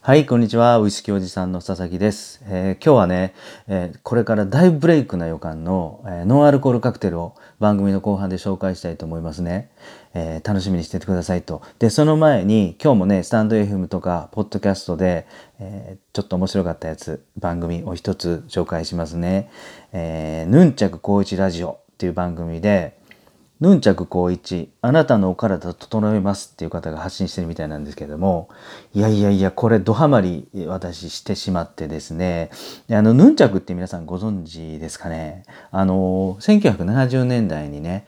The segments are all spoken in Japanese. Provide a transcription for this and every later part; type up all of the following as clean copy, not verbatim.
はい、こんにちは。ウイスキーおじさんの佐々木です。今日はね、これから大ブレイクな予感の、ノンアルコールカクテルを番組の後半で紹介したいと思いますね。楽しみにしててくださいと。で、その前に今日もね、スタンド FM とかポッドキャストで、ちょっと面白かったやつ、番組を一つ紹介しますね。ヌンチャク高一ラジオっていう番組で、ヌンチャク高一、あなたのお体整えますっていう方が発信してるみたいなんですけども、これドハマり私してしまってですね、でヌンチャクって皆さんご存知ですかね。1970年代にね、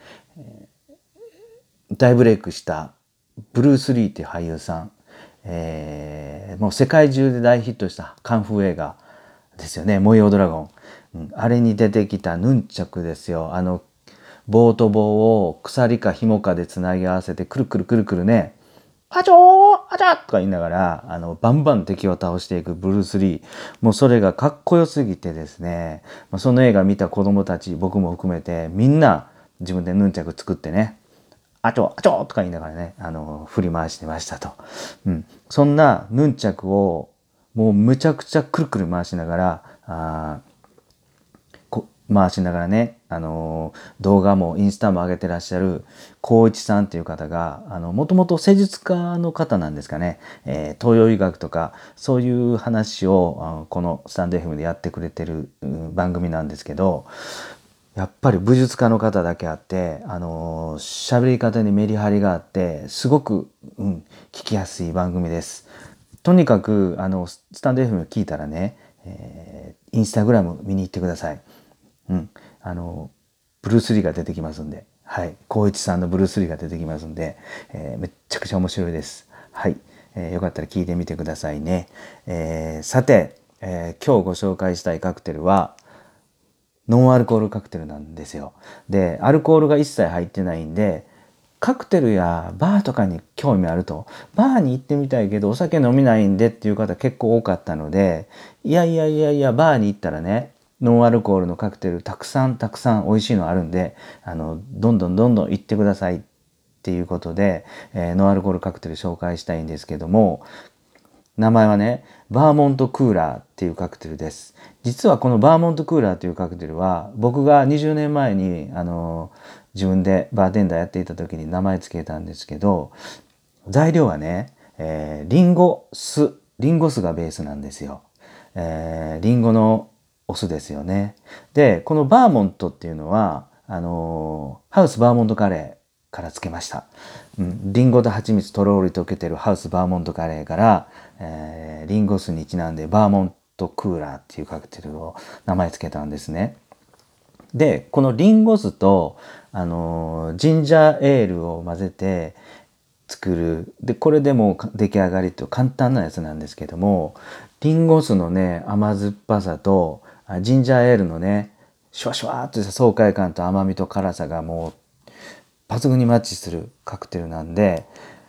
大ブレイクしたブルース・リーっていう俳優さん、もう世界中で大ヒットしたカンフー映画ですよね、燃えよドラゴン。あれに出てきたヌンチャクですよ。棒と棒を鎖か紐かでつなぎ合わせてくるくるくるくるね、あちょーあちゃとか言いながら、バンバン敵を倒していくブルース・リー。もうそれがかっこよすぎてですね、その映画見た子供たち、僕も含めて、みんな自分でヌンチャク作ってね、あちょあちょとか言いながらね、振り回してましたと。そんなヌンチャクを、もうむちゃくちゃくるくる回しながら、回しながらね、動画もインスタも上げてらっしゃる光一さんっていう方がもともと施術家の方なんですかね、東洋医学とかそういう話をこのスタンド FM でやってくれてる番組なんですけど、やっぱり武術家の方だけあって喋り方にメリハリがあってすごく、聞きやすい番組です。とにかくスタンド FM 聞いたらね、インスタグラム見に行ってください。うん、ブルース・リーが出てきますんで、はい、光一さんのブルース・リーが出てきますんで、めっちゃくちゃ面白いです。はい、よかったら聞いてみてくださいね。さて、今日ご紹介したいカクテルはノンアルコールカクテルなんですよ。で、アルコールが一切入ってないんで、カクテルやバーとかに興味あると、バーに行ってみたいけどお酒飲みないんでっていう方結構多かったので、バーに行ったらね、ノンアルコールのカクテルたくさん美味しいのあるんで、どんどん行ってくださいっていうことで、ノンアルコールカクテル紹介したいんですけども、名前はね、バーモントクーラーっていうカクテルです。実はこのバーモントクーラーというカクテルは、僕が20年前に自分でバーテンダーやっていた時に名前つけたんですけど、材料はね、リンゴ酢がベースなんですよ。リンゴのお酢ですよね。で、このバーモントっていうのは、ハウスバーモントカレーからつけました。リンゴと蜂蜜とろーり溶けてるハウスバーモントカレーから、リンゴ酢にちなんでバーモントクーラーっていうカクテルを名前つけたんですね。で、このリンゴ酢と、ジンジャーエールを混ぜて作る。で、これでも出来上がりと簡単なやつなんですけども、リンゴ酢のね、甘酸っぱさと、ジンジャーエールのね、シュワシュワーっとした爽快感と甘みと辛さがもう抜群にマッチするカクテルなんで、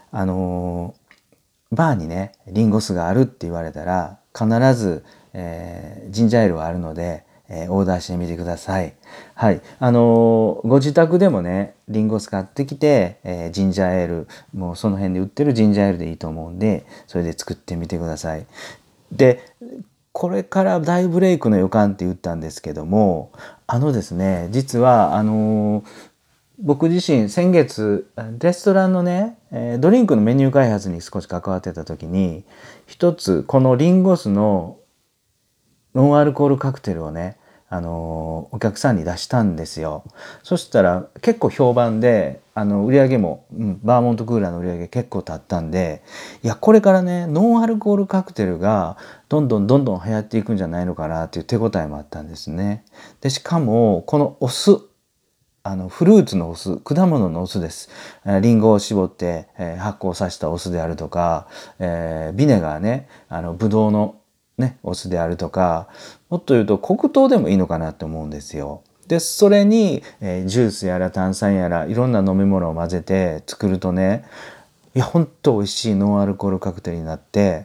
バーにね、リンゴ酢があるって言われたら、必ず、ジンジャーエールはあるので、オーダーしてみてください。はい。ご自宅でもね、リンゴ酢買ってきて、ジンジャーエール、もうその辺で売ってるジンジャーエールでいいと思うんで、それで作ってみてください。で、これから大ブレイクの予感って言ったんですけども、ですね、実は、僕自身先月レストランのねドリンクのメニュー開発に少し関わってた時に一つこのリンゴ酢のノンアルコールカクテルをねお客さんに出したんですよ。そしたら結構評判で売り上げも、バーモントクーラーの売り上げ結構立ったんで、いやこれからねノンアルコールカクテルがどんどん流行っていくんじゃないのかなっていう手応えもあったんですね。でしかもこのお酢フルーツのお酢、果物のお酢です。リンゴを絞って、発酵させたお酢であるとか、ビネガーね、ブドウのね、お酢であるとか、もっと言うと黒糖でもいいのかなと思うんですよ。で、それに、ジュースやら炭酸やらいろんな飲み物を混ぜて作るとね、いや、ほんと美味しいノンアルコールカクテルになって、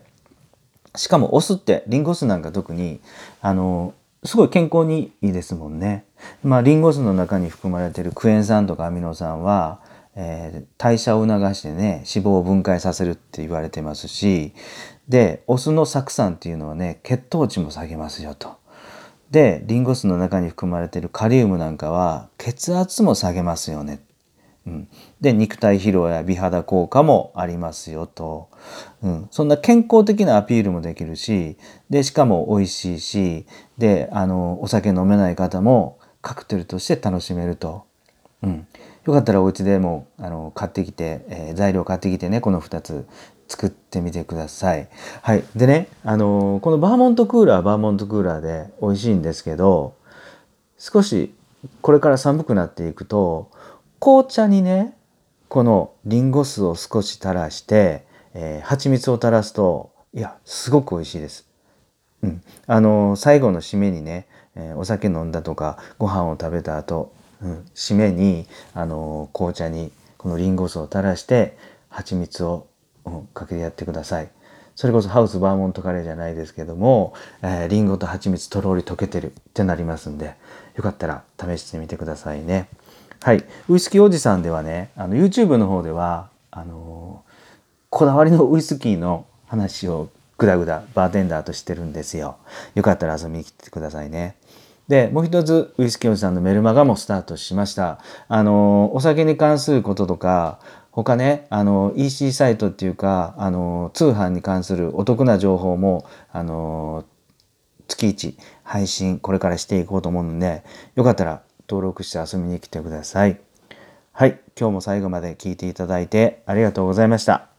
しかもお酢ってリンゴ酢なんか特にすごい健康にいいですもんね。リンゴ酢の中に含まれているクエン酸とかアミノ酸は、 代謝を促してね、脂肪を分解させるって言われてますし、で、お酢の酢酸っていうのはね、血糖値も下げますよと。で、リンゴ酢の中に含まれているカリウムなんかは血圧も下げますよね。で、肉体疲労や美肌効果もありますよと。そんな健康的なアピールもできるし、で、しかも美味しいし、で、お酒飲めない方もカクテルとして楽しめると。よかったらお家でも買ってきて、材料買ってきてね、この2つ作ってみてください。はい。でね、このバーモントクーラーはバーモントクーラーで美味しいんですけど、少しこれから寒くなっていくと、紅茶にね、このリンゴ酢を少し垂らして、蜂蜜を垂らすと、いや、すごく美味しいです。最後の締めにね、お酒飲んだとかご飯を食べた後、締めに紅茶にこのリンゴ酢を垂らして蜂蜜を、かけてやってください。それこそハウスバーモントカレーじゃないですけども、リンゴと蜂蜜とろり溶けてるってなりますんで、よかったら試してみてくださいね。はい、ウイスキーおじさんではね、YouTube の方ではこだわりのウイスキーの話をグダグダバーテンダーとしてるんですよ。よかったら遊びに来てくださいね。で、もう一つウイスキーおじさんのメルマガもスタートしました。お酒に関することとか、他ね、EC サイトっていうか、通販に関するお得な情報も、月1配信これからしていこうと思うので、よかったら登録して遊びに来てください。はい、今日も最後まで聞いていただいてありがとうございました。